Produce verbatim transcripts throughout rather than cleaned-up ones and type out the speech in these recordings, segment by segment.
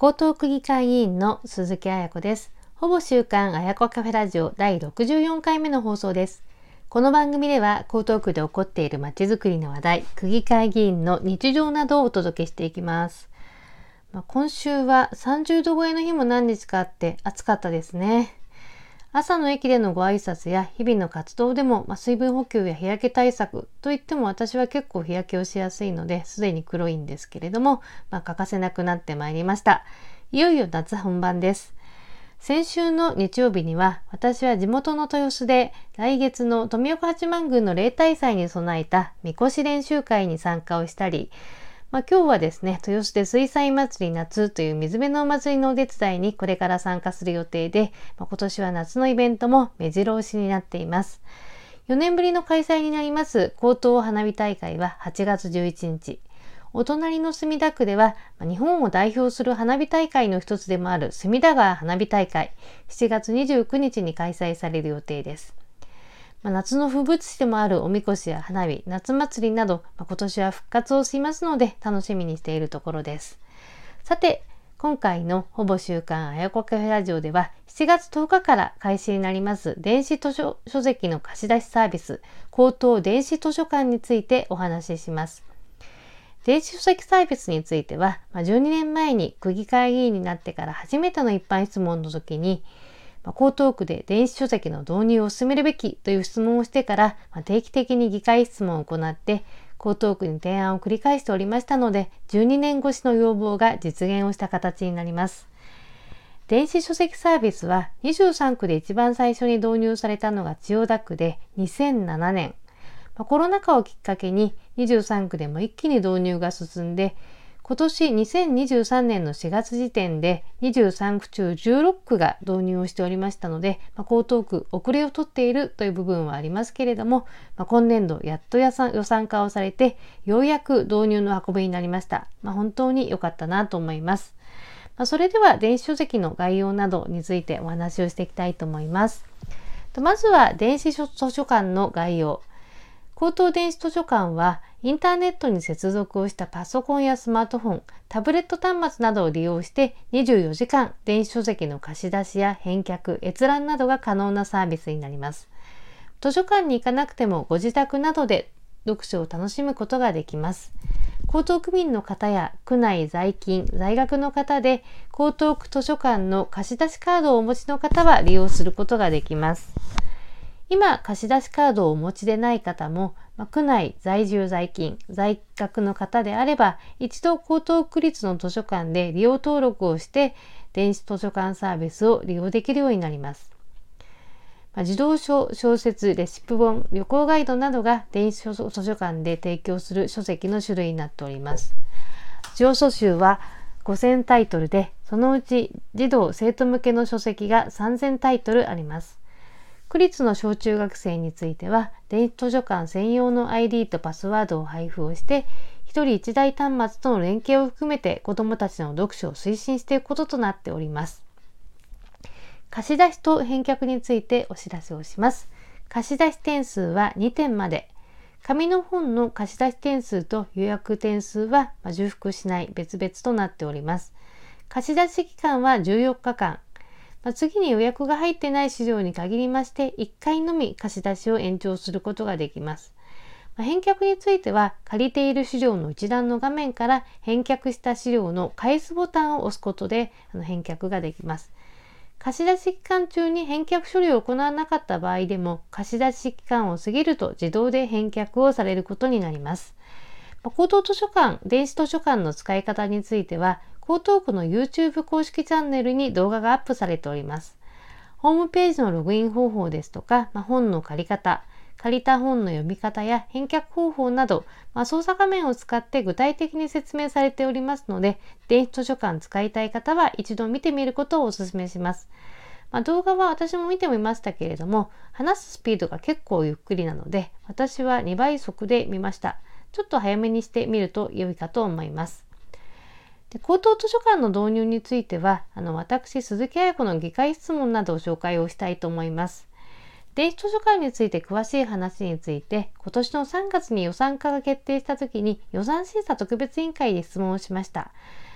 江東区議会議員の鈴木彩子です。ほぼ週刊彩子カフェラジオだいろくじゅうよんかいめの放送です。この番組では江東区で起こっているまちづくりの話題、区議会議員の日常などをお届けしていきます。まあ、今週はさんじゅうど超えの日も何日かあって暑かったですね。朝の駅でのご挨拶や日々の活動でも、まあ、水分補給や日焼け対策といっても私は結構日焼けをしやすいのですでに黒いんですけれども、まあ、欠かせなくなってまいりました。いよいよ夏本番です。先週の日曜日には私は地元の豊洲で来月の富岡八幡宮の例大祭に備えたみこし練習会に参加をしたり、まあ、今日はですね、豊洲で水彩祭り夏という水辺のお祭りのお手伝いにこれから参加する予定で、まあ、今年は夏のイベントも目白押しになっています。よねんぶりの開催になります江東花火大会ははちがつじゅういちにち、お隣の墨田区では日本を代表する花火大会の一つでもある隅田川花火大会、しちがつにじゅうくにちに開催される予定です。夏の風物詩でもあるおみこしや花火、夏祭りなど、今年は復活をしますので楽しみにしているところです。さて、今回のほぼ週刊あやこカフェラジオではしちがつとおかから開始になります電子図書書籍の貸し出しサービス、江東電子図書館についてお話しします。電子書籍サービスについては、じゅうにねんまえに区議会議員になってから初めての一般質問の時に、江東区で電子書籍の導入を進めるべきという質問をしてから定期的に議会質問を行って江東区に提案を繰り返しておりましたので、じゅうにねんごしの要望が実現をした形になります。電子書籍サービスはにじゅうさんくで一番最初に導入されたのが千代田区でにせんななねん、コロナ禍をきっかけににじゅうさんくでも一気に導入が進んで、今年にせんにじゅうさんねんのしがつ時点でにじゅうさんくちゅうじゅうろっくが導入をしておりましたので、まあ、江東区遅れをとっているという部分はありますけれども、まあ、今年度やっと予算、予算化をされてようやく導入の運びになりました。まあ、本当に良かったなと思います。まあ、それでは電子書籍の概要などについてお話をしていきたいと思います。まずは電子図書館の概要。江東電子図書館はインターネットに接続をしたパソコンやスマートフォン、タブレット端末などを利用してにじゅうよじかん電子書籍の貸し出しや返却、閲覧などが可能なサービスになります。図書館に行かなくてもご自宅などで読書を楽しむことができます。江東区民の方や区内在勤、在学の方で江東区図書館の貸し出しカードをお持ちの方は利用することができます。今貸し出しカードをお持ちでない方も、まあ、区内在住在勤在学の方であれば一度江東区立の図書館で利用登録をして電子図書館サービスを利用できるようになります。まあ、児童書、小説、レシピ本、旅行ガイドなどが電子図書館で提供する書籍の種類になっております。児童書集はごせんタイトルで、そのうち児童生徒向けの書籍がさんぜんタイトルあります。区立の小中学生については電子図書館専用の アイディー とパスワードを配布をしてひとりいちだい端末との連携を含めて子どもたちの読書を推進していくこととなっております。貸し出しと返却についてお知らせをします。貸し出し点数はにてんまで、紙の本の貸し出し点数と予約点数は重複しない別々となっております。貸し出し期間はじゅうよっかかん、次に予約が入ってない資料に限りましていっかいのみ貸し出しを延長することができます。返却については借りている資料の一覧の画面から返却した資料の返すボタンを押すことで返却ができます。貸し出し期間中に返却処理を行わなかった場合でも貸し出し期間を過ぎると自動で返却をされることになります。江東図書館、電子図書館の使い方については江東区の YouTube 公式チャンネルに動画がアップされております。ホームページのログイン方法ですとか、まあ、本の借り方、借りた本の読み方や返却方法など、まあ、操作画面を使って具体的に説明されておりますので、電子図書館使いたい方は一度見てみることをお勧めします。まあ、動画は私も見てみましたけれども、話すスピードが結構ゆっくりなので、私はにばい速で見ました。ちょっと早めにしてみると良いかと思います。で江東図書館の導入についてはあの私鈴木彩子の議会質問などを紹介をしたいと思います。電子図書館について詳しい話について今年のさんがつに予算化が決定した時に予算審査特別委員会で質問をしました。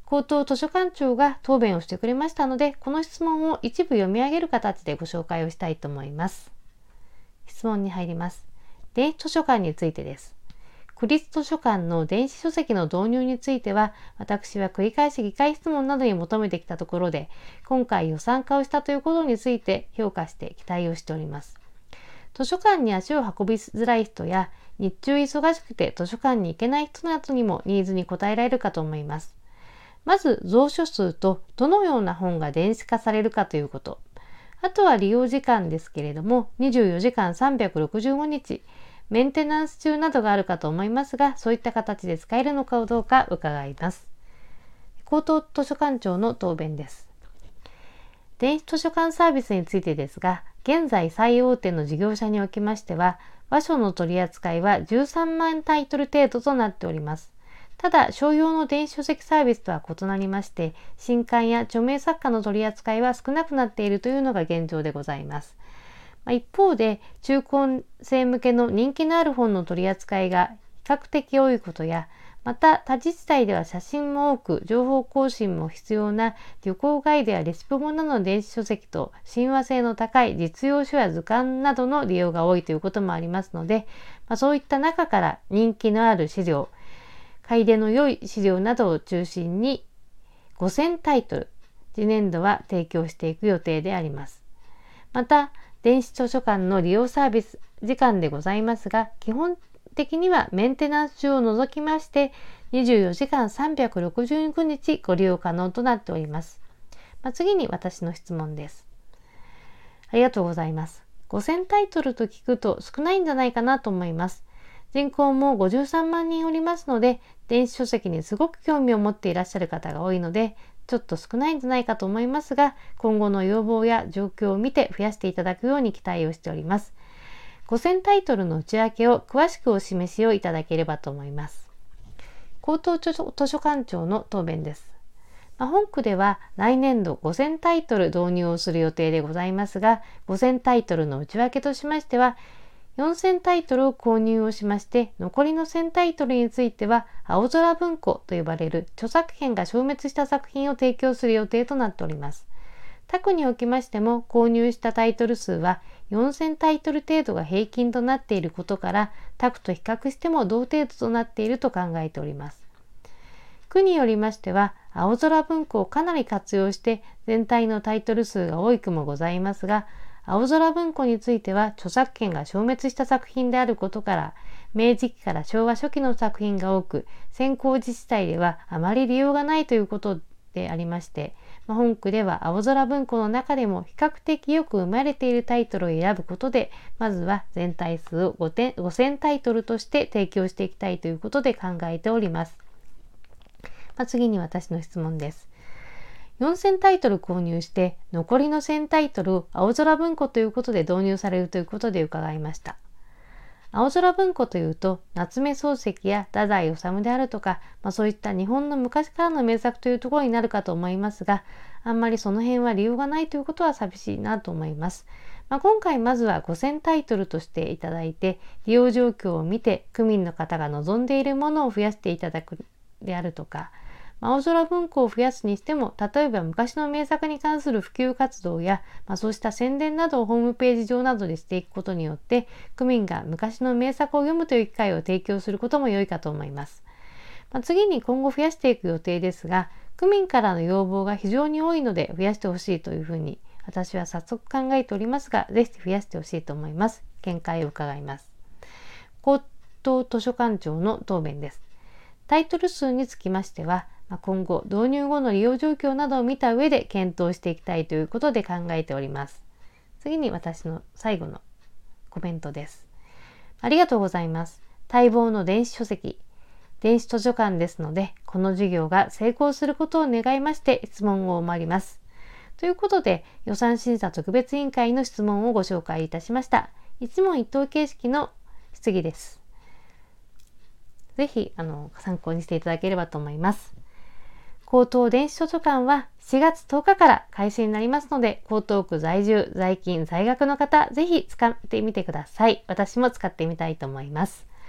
高等図書館長が答弁をしてくれましたので、この質問を一部読み上げる形でご紹介をしたいと思います。質問に入ります。電子図書館についてです。区立図書館の電子書籍の導入については、私は繰り返し議会質問などに求めてきたところで、今回予算化をしたということについて評価して期待をしております。図書館に足を運びづらい人や、日中忙しくて図書館に行けない人などにもニーズに応えられるかと思います。まず、蔵書数とどのような本が電子化されるかということ。あとは利用時間ですけれども、にじゅうよじかんさんびゃくろくじゅうごにち、メンテナンス中などがあるかと思いますが、そういった形で使えるのかどうか伺います。高等図書館長の答弁です。電子図書館サービスについてですが、現在最大手の事業者におきましては、和書の取り扱いはじゅうさんまんタイトル程度となっております。ただ、商用の電子書籍サービスとは異なりまして、新刊や著名作家の取り扱いは少なくなっているというのが現状でございます。一方で、中高生向けの人気のある本の取り扱いが比較的多いことや、また他自治体では写真も多く、情報更新も必要な旅行ガイドやレシピ本などの電子書籍と親和性の高い実用書や図鑑などの利用が多いということもありますので、まあ、そういった中から人気のある資料、買い出の良い資料などを中心にごせんタイトル、次年度は提供していく予定であります。また、電子図書館の利用サービス時間でございますが、基本的にはメンテナンス中を除きまして、にじゅうよじかんさんびゃくろくじゅうごにちご利用可能となっております。まあ、次に私の質問です。ありがとうございます。ごせんタイトルと聞くと少ないんじゃないかなと思います。人口もごじゅうさんまんにんおりますので、電子書籍にすごく興味を持っていらっしゃる方が多いので、ちょっと少ないんじゃないかと思いますが、今後の要望や状況を見て増やしていただくように期待をしております。ごせんタイトルの内訳を詳しくお示しをいただければと思います。高等図書館長の答弁です。まあ、本区では来年度ごせんタイトル導入をする予定でございますが、ごせんタイトルの内訳としましては、よんせんタイトルを購入をしまして、残りのせんタイトルについては、青空文庫と呼ばれる著作権が消滅した作品を提供する予定となっております。他区におきましても、購入したタイトル数はよんせんタイトル程度が平均となっていることから、他区と比較しても同程度となっていると考えております。区によりましては、青空文庫をかなり活用して、全体のタイトル数が多い区もございますが、青空文庫については著作権が消滅した作品であることから、明治期から昭和初期の作品が多く、先行自治体ではあまり利用がないということでありまして、まあ、本区では青空文庫の中でも比較的よく生まれているタイトルを選ぶことで、まずは全体数をごせんタイトルとして提供していきたいということで考えております。まあ、次に私の質問です。よんせんタイトル購入して残りのせんタイトルを青空文庫ということで導入されるということで伺いました。青空文庫というと夏目漱石や太宰治であるとか、まあ、そういった日本の昔からの名作というところになるかと思いますが、あんまりその辺は利用がないということは寂しいなと思います。まあ、今回まずはごせんタイトルとしていただいて、利用状況を見て区民の方が望んでいるものを増やしていただくであるとか、青空文庫を増やすにしても、例えば昔の名作に関する普及活動や、まあ、そうした宣伝などをホームページ上などでしていくことによって、区民が昔の名作を読むという機会を提供することも良いかと思います。まあ、次に今後増やしていく予定ですが、区民からの要望が非常に多いので増やしてほしいというふうに私は早速考えておりますが、ぜひ増やしてほしいと思います。見解を伺います。高等図書館長の答弁です。タイトル数につきましては、今後導入後の利用状況などを見た上で検討していきたいということで考えております。次に私の最後のコメントです。ありがとうございます。待望の電子書籍、電子図書館ですので、この事業が成功することを願いまして質問を終わります。ということで、予算審査特別委員会の質問をご紹介いたしました。一問一答形式の質疑です。ぜひあの参考にしていただければと思います。高等電子図書館はしちがつとおかから開始になりますので、江東区在住、在勤、在学の方、ぜひ使ってみてください。私も使ってみたいと思います。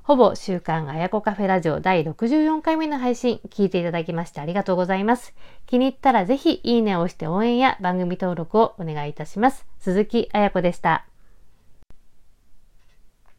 ほぼ週刊あやこカフェラジオだいろくじゅうよんかいめの配信、聞いていただきましてありがとうございます。気に入ったらぜひいいねを押して応援や番組登録をお願いいたします。鈴木あやこでした。